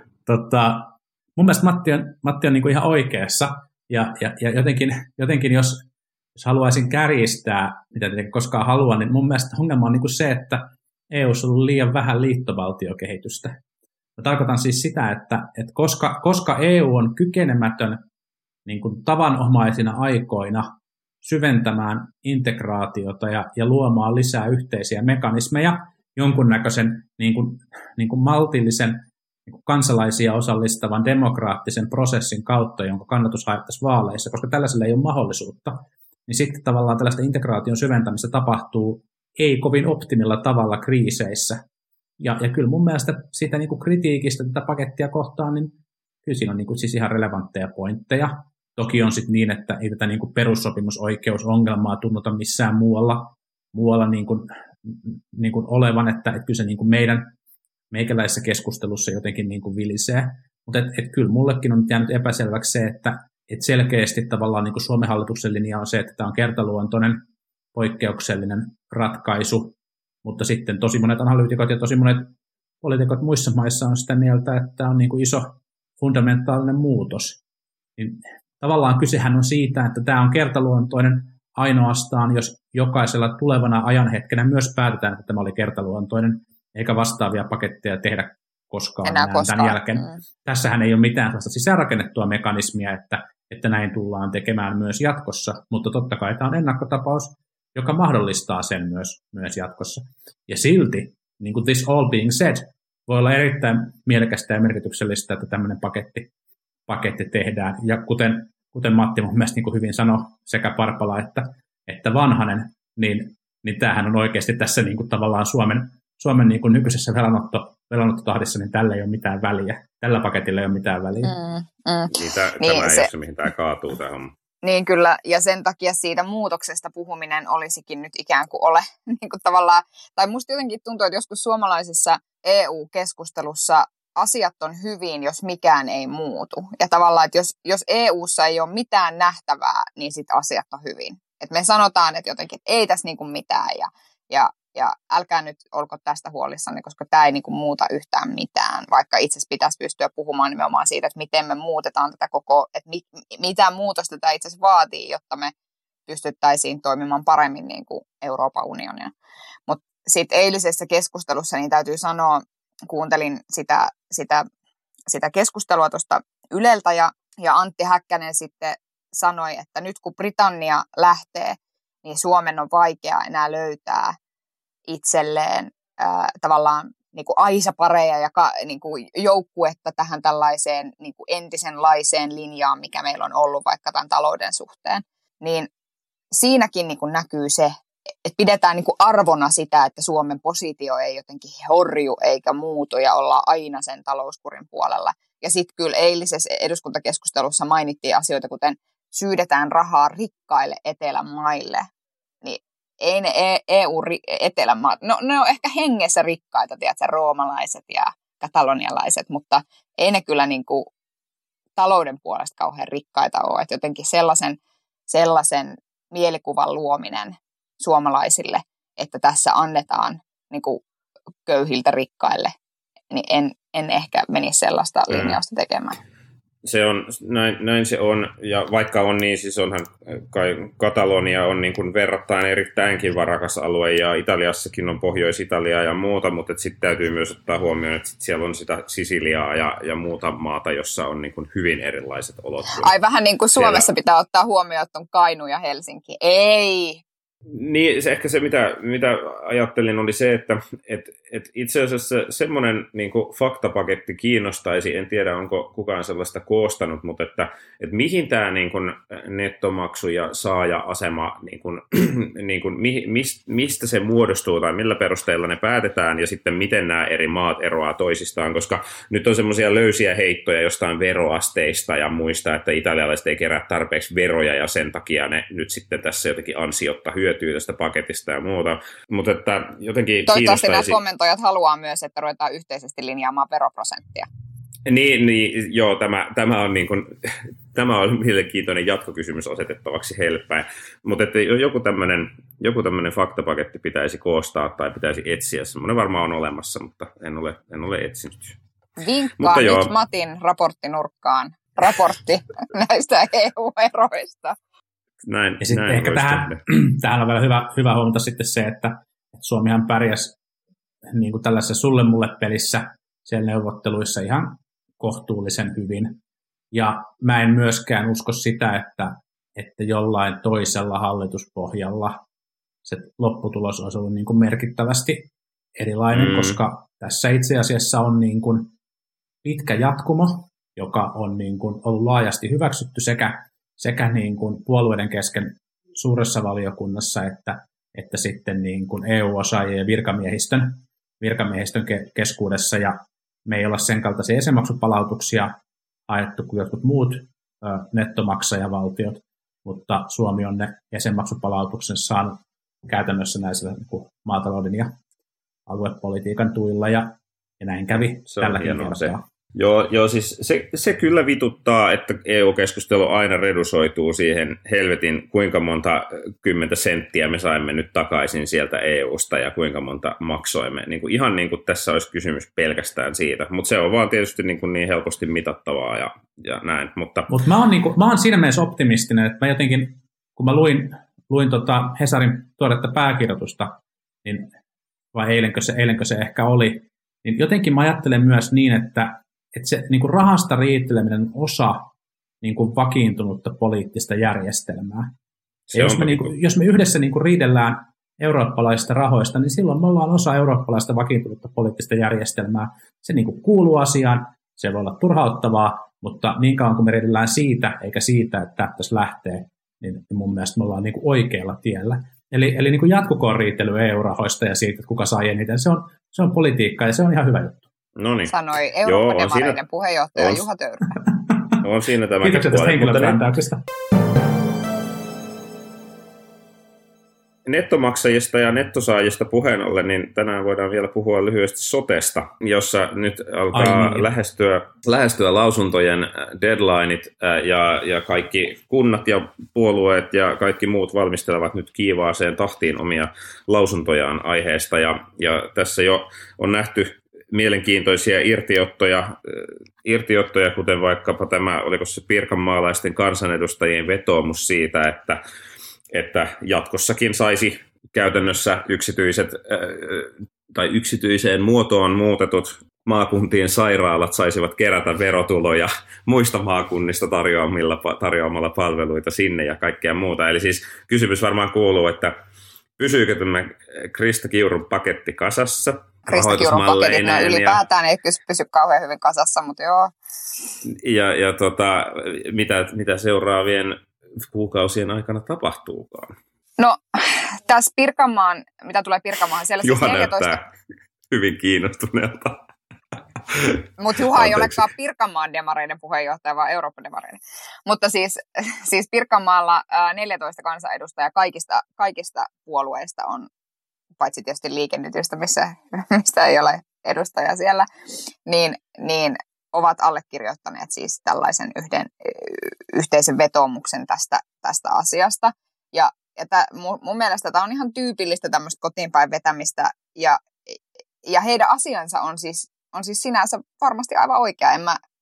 Tota, mun mielestä Matti on, Matti on niin kuin ihan oikeassa. Ja, ja, ja jotenkin, jotenkin jos, jos haluaisin kärjistää, mitä tietenkin koskaan haluan, niin mun mielestä ongelma on niin kuin se, että E U:ssa on ollut liian vähän liittovaltiokehitystä. Mä tarkoitan siis sitä, että, että koska, koska E U on kykenemätön niin kuin tavanomaisina aikoina syventämään integraatiota ja, ja luomaan lisää yhteisiä mekanismeja jonkunnäköisen niin kuin, niin kuin maltillisen kansalaisia osallistavan demokraattisen prosessin kautta, jonka kannatus haettaisiin vaaleissa, koska tällaisella ei ole mahdollisuutta, niin sitten tavallaan tällaista integraation syventämistä tapahtuu ei kovin optimilla tavalla kriiseissä. Ja, ja kyllä mun mielestä siitä niin kuin kritiikistä tätä pakettia kohtaan, niin kyllä siinä on niin kuin siis ihan relevantteja pointteja. Toki on sitten niin, että ei tätä niin kuin perussopimusoikeusongelmaa tunnuta missään muualla, muualla niin kuin, niin kuin olevan, että, että kyllä se niin kuin meidän meikäläisessä keskustelussa jotenkin niin kuin vilisee. Mutta et, et kyllä mullekin on jäänyt epäselväksi se, että et selkeästi tavallaan niin kuin Suomen hallituksen linja on se, että tämä on kertaluontoinen poikkeuksellinen ratkaisu, mutta sitten tosi monet analyytikot ja tosi monet poliitikot muissa maissa on sitä mieltä, että tämä on niin kuin iso fundamentaalinen muutos. Niin tavallaan kysehän on siitä, että tämä on kertaluontoinen ainoastaan, jos jokaisella tulevana ajanhetkenä myös päätetään, että tämä oli kertaluontoinen, eikä vastaavia paketteja tehdä koskaan enää, enää koskaan. Tämän jälkeen. Mm. Tässähän ei ole mitään sellaista sisäänrakennettua mekanismia, että, että näin tullaan tekemään myös jatkossa, mutta totta kai tämä on ennakkotapaus, joka mahdollistaa sen myös, myös jatkossa. Ja silti, niin kuin this all being said, voi olla erittäin mielekästä ja merkityksellistä, että tämmöinen paketti, paketti tehdään. Ja kuten, kuten Matti mun mielestä niin kuin hyvin sanoi, sekä Parpala että, että Vanhanen, niin, niin tämähän on oikeasti tässä niin kuin tavallaan Suomen Suomen niin kuin nykyisessä velanotto, velanottotahdissa, niin tällä ei ole mitään väliä. Tällä paketilla ei ole mitään väliä. Mm, mm. Niin, tämä niin, ei se, ole se, mihin tämä kaatuu tähän. Niin kyllä, ja sen takia siitä muutoksesta puhuminen olisikin nyt ikään kuin ole niin kuin tavallaan, tai musta jotenkin tuntuu, että joskus suomalaisessa E U-keskustelussa asiat on hyvin, jos mikään ei muutu. Ja tavallaan, että jos, jos E U:ssa ei ole mitään nähtävää, niin sitten asiat on hyvin. Et me sanotaan, että jotenkin, että ei tässä niin kuin mitään, ja, ja Ja älkää nyt olko tästä huolissanne, koska tämä ei niinku muuta yhtään mitään, vaikka itse asiassa pitäisi pystyä puhumaan nimenomaan siitä, että miten me muutetaan tätä koko, että mit, mitä muutosta tämä itse asiassa vaatii, jotta me pystyttäisiin toimimaan paremmin niin kuin Euroopan unionina. Mutta sitten eilisessä keskustelussa niin täytyy sanoa, kuuntelin sitä, sitä, sitä keskustelua tuosta Yleltä ja, ja Antti Häkkänen sitten sanoi, että nyt kun Britannia lähtee, niin Suomen on vaikea enää löytää itselleen äh, tavallaan niin kuin aisapareja ja ka, niin kuin joukkuetta tähän tällaiseen niin kuin entisenlaiseen linjaan, mikä meillä on ollut vaikka tämän talouden suhteen. Niin siinäkin niin kuin näkyy se, että pidetään niin kuin arvona sitä, että Suomen positio ei jotenkin horju eikä muutu ja ollaan aina sen talouskurin puolella. Ja sitten kyllä eilisessä eduskuntakeskustelussa mainittiin asioita, kuten syydetään rahaa rikkaille etelämaille. Niin ei ne E U-etelämaat, no ne on ehkä hengessä rikkaita, tiedätkö, roomalaiset ja katalonialaiset, mutta ei ne kyllä niin kuin talouden puolesta kauhean rikkaita ole. Että jotenkin sellaisen, sellaisen mielikuvan luominen suomalaisille, että tässä annetaan niin kuin köyhiltä rikkaille, niin en, en ehkä menisi sellaista linjausta tekemään. Se on, näin, näin se on, ja vaikka on niin, siis onhan kai Katalonia on niin kuin verrattain erittäinkin varakas alue, ja Italiassakin on Pohjois-Italia ja muuta, mutta sitten täytyy myös ottaa huomioon, että sit siellä on sitä Sisiliaa ja, ja muuta maata, jossa on niin kuin hyvin erilaiset olot. Ai vähän niin kuin Suomessa siellä pitää ottaa huomioon, että on Kainu ja Helsinki. Ei! Niin, se, ehkä se mitä, mitä ajattelin oli se, että et, et itse asiassa semmoinen niin kuin faktapaketti kiinnostaisi, en tiedä onko kukaan sellaista koostanut, mutta että et mihin tämä niin kuin nettomaksu ja saaja-asema, niin kuin, niin kuin, mistä se muodostuu tai millä perusteella ne päätetään ja sitten miten nämä eri maat eroaa toisistaan, koska nyt on semmoisia löysiä heittoja jostain veroasteista ja muista, että italialaiset ei kerää tarpeeksi veroja ja sen takia ne nyt sitten tässä jotenkin ansiotta hyötyy tästä paketista ja muuta, mutta että jotenkin toivottavasti nämä kommentoijat haluaa myös, että ruvetaan yhteisesti linjaamaan veroprosenttia. Niin, niin joo, tämä, tämä on niin kuin, tämä on mielenkiintoinen jatkokysymys asetettavaksi heille päin, mutta että joku tämmöinen, joku tämmöinen faktapaketti pitäisi koostaa tai pitäisi etsiä, semmoinen varmaan on olemassa, mutta en ole, en ole etsinyt. Vinkkaa nyt joo. Matin raporttinurkkaan, raportti näistä E U-eroista. Näin, ja sitten näin ehkä tähän, tähän on vielä hyvä, hyvä huomata sitten se, että, että Suomihan pärjäsi niin kuin tällaisessa sulle mulle pelissä siellä neuvotteluissa ihan kohtuullisen hyvin. Ja mä en myöskään usko sitä, että, että jollain toisella hallituspohjalla se lopputulos olisi ollut niin kuin merkittävästi erilainen, mm. koska tässä itse asiassa on niin kuin pitkä jatkumo, joka on niin kuin ollut laajasti hyväksytty sekä sekä niin kuin puolueiden kesken suuressa valiokunnassa, että, että sitten niin kuin E U-osaajien ja virkamiehistön, virkamiehistön ke- keskuudessa, ja me ei olla sen kaltaisia jäsenmaksupalautuksia haettu kuin jotkut muut ö, nettomaksajavaltiot, mutta Suomi on ne jäsenmaksupalautuksen saanut käytännössä näissä niin kuin maatalouden ja aluepolitiikan tuilla, ja, ja näin kävi tälläkin kertaa. Joo, joo, siis se, se kyllä vituttaa, että E U-keskustelu aina redusoituu siihen helvetin, kuinka monta kymmentä senttiä me saimme nyt takaisin sieltä E U:sta ja kuinka monta maksoimme. Niin kuin, ihan niin kuin tässä olisi kysymys pelkästään siitä, mutta se on vaan tietysti niin, kuin niin helposti mitattavaa ja, ja näin. Mutta Mut mä, oon niin kuin, mä oon siinä mielessä optimistinen, että mä jotenkin, kun mä luin, luin tota Hesarin tuoretta pääkirjoitusta, niin, vai eilenkö se, eilenkö se ehkä oli, niin jotenkin mä ajattelen myös niin, että että se niin kuin rahasta riiteleminen on osa niin kuin vakiintunutta poliittista järjestelmää. Ja jos, me, niin kuin, jos me yhdessä niin kuin riidellään eurooppalaisista rahoista, niin silloin me ollaan osa eurooppalaista vakiintunutta poliittista järjestelmää. Se niin kuin kuuluu asiaan, se voi olla turhauttavaa, mutta niin kauan kuin me riidellään siitä, eikä siitä, että tässä lähtee, niin mun mielestä me ollaan niin kuin oikealla tiellä. Eli, eli niin kuin jatkukoon riitely E U-rahoista ja siitä, että kuka saa eniten, se on, se on politiikkaa ja se on ihan hyvä juttu. Noniin. Sanoi Eurooppa-demareiden puheenjohtaja on, Juha Töyrylä. On siinä tämä. Kiitoksia tästä henkilöbrändäyksestä. Nettomaksajista ja nettosaajista puheen ollen, niin tänään voidaan vielä puhua lyhyesti sotesta, jossa nyt alkaa niin. lähestyä, lähestyä lausuntojen deadlineit ja, ja kaikki kunnat ja puolueet ja kaikki muut valmistelevat nyt kiivaaseen tahtiin omia lausuntojaan aiheesta. Ja, ja tässä jo on nähty mielenkiintoisia irtiottoja, irtiottoja, kuten vaikkapa tämä, oliko se pirkanmaalaisten kansanedustajien vetoomus siitä, että, että jatkossakin saisi käytännössä yksityiset tai yksityiseen muotoon muutetut maakuntien sairaalat saisivat kerätä verotuloja muista maakunnista tarjoamilla, tarjoamalla palveluita sinne ja kaikkea muuta. Eli siis kysymys varmaan kuuluu, että pysyykö tämä Krista Kiurun paketti kasassa? Krista Kiurun paketit no, ylipäätään ja... ei pysy kauhean hyvin kasassa, mutta joo. Ja, ja tota, mitä, mitä seuraavien kuukausien aikana tapahtuukaan? No, tässä Pirkanmaan, mitä tulee Pirkanmaan, siellä siis Juha neljätoista... näyttää hyvin kiinnostuneelta. Mutta Juha ei olekaan Pirkanmaan demareiden puheenjohtaja, vaan Euroopan demareiden. Mutta siis, siis Pirkanmaalla neljätoista kansanedustajaa kaikista, kaikista puolueista on, paitsi tietysti liikennetystä, missä, mistä ei ole edustajaa siellä, niin, niin ovat allekirjoittaneet siis tällaisen yhden yhteisen vetoomuksen tästä, tästä asiasta. Ja, ja tä, mun, mun mielestä tämä on ihan tyypillistä tämmöistä kotiinpäin vetämistä, ja, ja heidän asiansa on siis, on siis sinänsä varmasti aivan oikea. En mä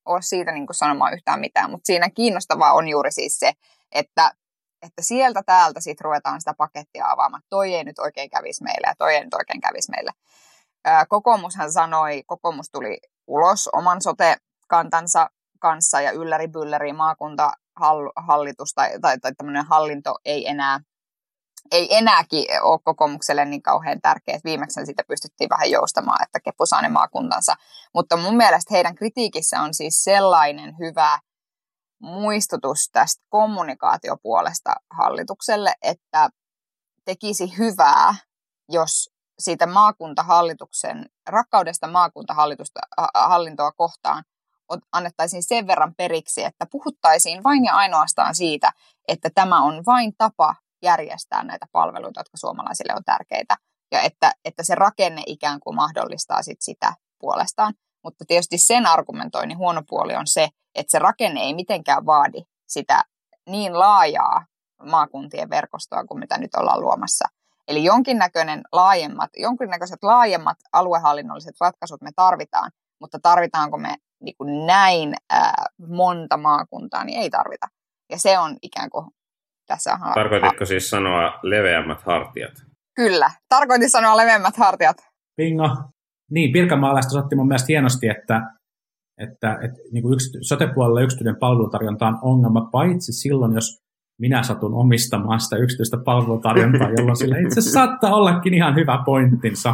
ole siitä niin kuin sanomaan yhtään mitään, mutta siinä kiinnostavaa on juuri siis se, että, että sieltä täältä sitten ruvetaan sitä pakettia avaamaan. Toi ei nyt oikein kävisi meille ja toi ei nyt oikein kävisi meille. Ää, kokoomushan sanoi, kokoomus tuli ulos oman sote-kantansa kanssa ja ylläri bylläri maakuntahallitus tai, tai, tai tämmöinen hallinto ei enää ei enääkin ole kokoomukselle niin kauhean tärkeää. Viimeksi siitä pystyttiin vähän joustamaan, että Kepu saa ne maakuntansa. Mutta mun mielestä heidän kritiikissä on siis sellainen hyvä muistutus tästä kommunikaatiopuolesta hallitukselle, että tekisi hyvää, jos siitä maakuntahallituksen, rakkaudesta maakuntahallintoa kohtaan annettaisiin sen verran periksi, että puhuttaisiin vain ja ainoastaan siitä, että tämä on vain tapa järjestää näitä palveluita, jotka suomalaisille on tärkeitä, ja että, että se rakenne ikään kuin mahdollistaa sit sitä puolestaan. Mutta tietysti sen argumentoinnin huono puoli on se, että se rakenne ei mitenkään vaadi sitä niin laajaa maakuntien verkostoa kuin mitä nyt ollaan luomassa. Eli jonkinnäköinen laajemmat, jonkinnäköiset laajemmat aluehallinnolliset ratkaisut me tarvitaan, mutta tarvitaanko me niin kuin näin ää, monta maakuntaa, niin ei tarvita. Ja se on ikään kuin tässä on... Tarkoititko siis sanoa leveämmät hartiat? Kyllä, tarkoitin sanoa leveämmät hartiat. Bingo. Niin, Pirkanmaalaiset osoitti mun mielestä hienosti, että, että, että niin kuin yksity- sote-puolella yksityinen palvelutarjonta on ongelma, paitsi silloin, jos minä satun omistamaan sitä yksityistä palvelutarjontaa, jolloin sillä itse saattaa ollakin ihan hyvä pointtinsa.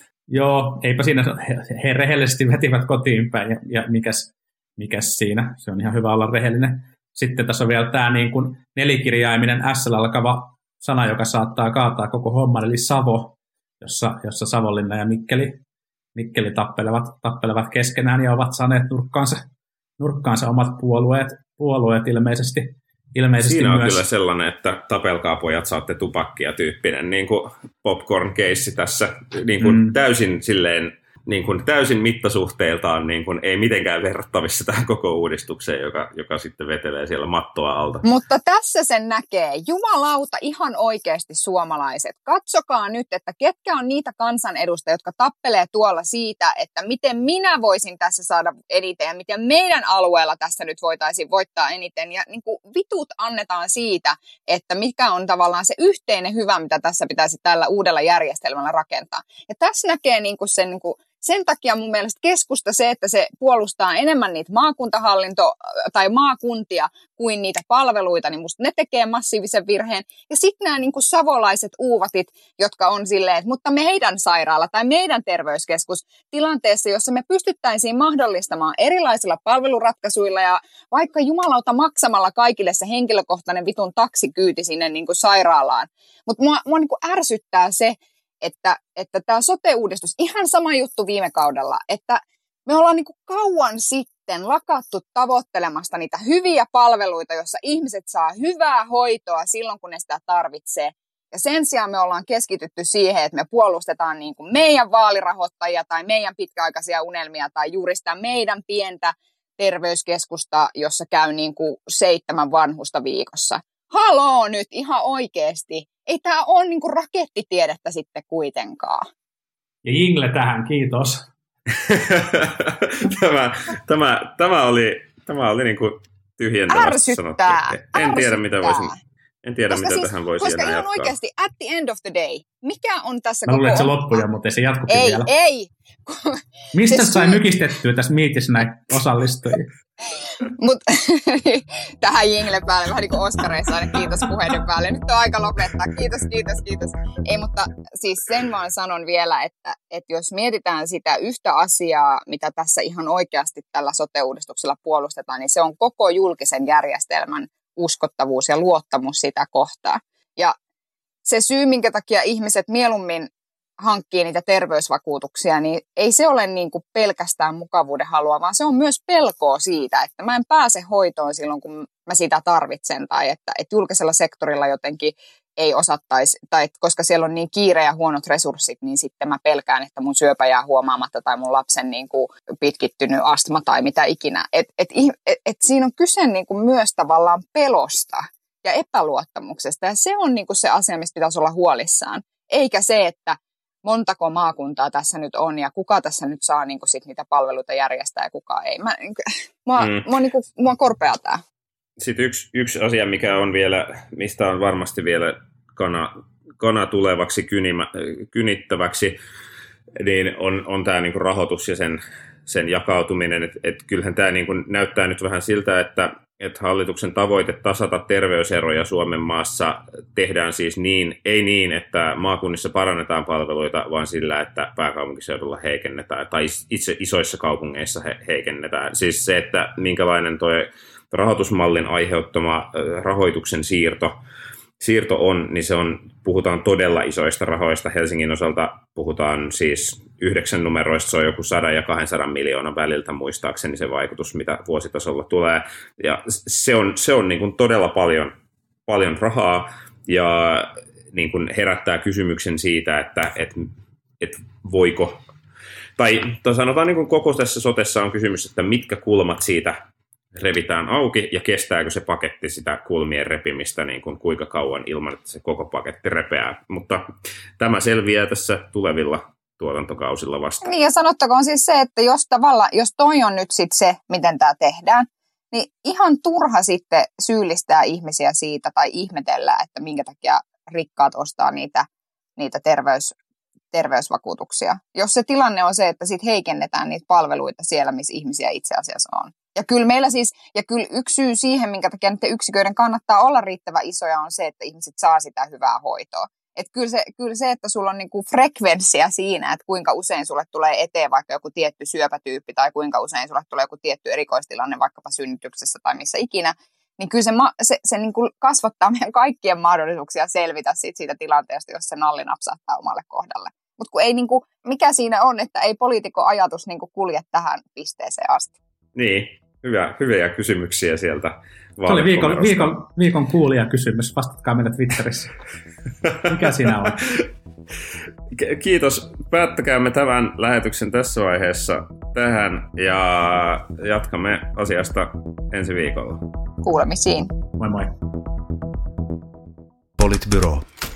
Joo, eipä siinä, he, he rehellisesti vetivät kotiin päin, ja, ja mikäs, mikäs siinä, se on ihan hyvä olla rehellinen. Sitten tässä on vielä tämä niin kuin nelikirjaiminen S alkava sana, joka saattaa kaataa koko homman, eli Savo, jossa, jossa Savonlinna ja Mikkeli, Mikkeli tappelevat, tappelevat keskenään ja ovat saaneet nurkkaansa, nurkkaansa omat puolueet, puolueet ilmeisesti. ilmeisesti Siinä on myös. kyllä sellainen, että tapelkaa pojat, saatte tupakkia tyyppinen niin kuin popcorn-keissi tässä niin kuin mm. täysin silleen, niin kuin täysin mittasuhteiltaan niin kuin ei mitenkään verrattavissa tähän koko uudistukseen, joka, joka sitten vetelee siellä mattoa alta. Mutta tässä sen näkee. Jumalauta, ihan oikeasti suomalaiset. Katsokaa nyt, että ketkä on niitä kansanedustajia, jotka tappelee tuolla siitä, että miten minä voisin tässä saada eniten ja miten meidän alueella tässä nyt voitaisiin voittaa eniten. Ja niin kuin vitut annetaan siitä, että mikä on tavallaan se yhteinen hyvä, mitä tässä pitäisi tällä uudella järjestelmällä rakentaa. Ja tässä näkee niin kuin sen... Niin kuin sen takia mun mielestä keskusta se, että se puolustaa enemmän niitä maakuntahallinto- tai maakuntia kuin niitä palveluita, niin musta ne tekee massiivisen virheen. Ja sitten nämä niin kuin savolaiset uuvatit, jotka on silleen, että mutta meidän sairaala tai meidän terveyskeskus tilanteessa, jossa me pystyttäisiin mahdollistamaan erilaisilla palveluratkaisuilla ja vaikka jumalauta maksamalla kaikille se henkilökohtainen vitun taksikyyti sinne niin kuin sairaalaan. Mutta mua, mua niin kuin ärsyttää se, että että tämä sote-uudistus, ihan sama juttu viime kaudella, että me ollaan niin kuin kauan sitten lakattu tavoittelemasta niitä hyviä palveluita, joissa ihmiset saa hyvää hoitoa silloin, kun ne sitä tarvitsee. Ja sen sijaan me ollaan keskitytty siihen, että me puolustetaan niin kuin meidän vaalirahoittajia tai meidän pitkäaikaisia unelmia tai juuri sitä meidän pientä terveyskeskusta, jossa käy niin kuin seitsemän vanhusta viikossa. Haloo nyt ihan oikeasti. Ei tämä ole niinku rakettitiedettä sitten kuitenkaan. Ja jingle tähän, kiitos. tämä, tämä, tämä oli, tämä oli niinku tyhjentävästi sanottu. En tiedä, mitä voisin, en tiedä, koska mitä siis, tähän voisi enää jatkaa. Koska ihan oikeasti, at the end of the day, mikä on tässä Mä koko... Mä luulen, että se loppuja, mutta se jatkukin ei, vielä. Ei, Mistä sai syy... mykistettyä tässä miitissä näitä osallistujia? Mutta tähän jingle päälle, vähän niin kuin Oskareissa aina kiitos puheiden päälle. Nyt on aika lopettaa. Kiitos, kiitos, kiitos. Ei, mutta siis sen vaan sanon vielä, että, että jos mietitään sitä yhtä asiaa, mitä tässä ihan oikeasti tällä sote-uudistuksella puolustetaan, niin se on koko julkisen järjestelmän uskottavuus ja luottamus sitä kohtaan. Ja se syy, minkä takia ihmiset mieluummin hankkii niitä terveysvakuutuksia, niin ei se ole niin kuin pelkästään mukavuuden halua, vaan se on myös pelkoa siitä, että mä en pääse hoitoon silloin, kun mä sitä tarvitsen, tai että, että julkisella sektorilla jotenkin ei osattaisi, tai että koska siellä on niin kiire ja huonot resurssit, niin sitten mä pelkään, että mun syöpä jää huomaamatta, tai mun lapsen niin kuin pitkittynyt astma tai mitä ikinä. Et, et, et, et siinä on kyse niin kuin myös tavallaan pelosta ja epäluottamuksesta, ja se on niin kuin se asia, mistä pitäisi olla huolissaan, eikä se, että montako maakuntaa tässä nyt on ja kuka tässä nyt saa niin kuin sit niitä palveluita järjestää ja kuka ei. Mä, niin kuin, mua, mm. mua, niin kuin, mua korpeaa tää. Sitten yksi, yksi asia, mikä on vielä, mistä on varmasti vielä kana, kana tulevaksi kynimä, kynittäväksi, niin on, on tämä niinku rahoitus ja sen, sen jakautuminen. Et, et kyllähän tämä niinku näyttää nyt vähän siltä, että et hallituksen tavoite tasata terveyseroja Suomen maassa tehdään siis niin, ei niin, että maakunnissa parannetaan palveluita, vaan sillä, että pääkaupunkiseudulla heikennetään, tai itse isoissa kaupungeissa he, heikennetään. Siis se, että minkälainen tuo rahoitusmallin aiheuttama rahoituksen siirto, siirto on, niin se on, puhutaan todella isoista rahoista. Helsingin osalta puhutaan siis yhdeksän numeroista, se on joku sadan ja kahdensadan miljoonan väliltä muistaakseni se vaikutus, mitä vuositasolla tulee. Ja se on, se on niin kuin todella paljon, paljon rahaa ja niin kuin herättää kysymyksen siitä, että et, et voiko, tai, tai sanotaan niin kuin koko tässä sotessa on kysymys, että mitkä kulmat siitä revitään auki ja kestääkö se paketti sitä kulmien repimistä niin kuin kuinka kauan ilman, että se koko paketti repeää. Mutta tämä selviää tässä tulevilla tuotantokausilla vasta. Niin ja sanottakoon siis se, että jos, tavalla, jos toi on nyt sitten se, miten tämä tehdään, niin ihan turha sitten syyllistää ihmisiä siitä tai ihmetellä, että minkä takia rikkaat ostaa niitä, niitä terveys, terveysvakuutuksia. Jos se tilanne on se, että sitten heikennetään niitä palveluita siellä, missä ihmisiä itse asiassa on. Ja kyllä meillä siis, ja kyllä yksi syy siihen, minkä takia niiden yksiköiden kannattaa olla riittävän isoja, on se, että ihmiset saa sitä hyvää hoitoa. Että kyllä se, kyllä se, että sulla on niinku frekvenssiä siinä, että kuinka usein sulle tulee eteen vaikka joku tietty syöpätyyppi tai kuinka usein sulle tulee joku tietty erikoistilanne vaikkapa synnytyksessä tai missä ikinä, niin kyllä se, se, se niinku kasvattaa meidän kaikkien mahdollisuuksia selvitä siitä, siitä tilanteesta, jos se nalli napsahtaa omalle kohdalle. Mutta kun ei niinku, mikä siinä on, että ei poliitikon ajatus niinku kulje tähän pisteeseen asti. Niin, hyvä, hyviä kysymyksiä sieltä. Se oli viikon, viikon, viikon kuulijakysymys. Vastatkaa meille Twitterissä. Mikä siinä on? Kiitos. Päättäkäämme tämän lähetyksen tässä vaiheessa tähän ja jatkamme asiasta ensi viikolla. Kuulemisiin. Moi moi. Politbyro.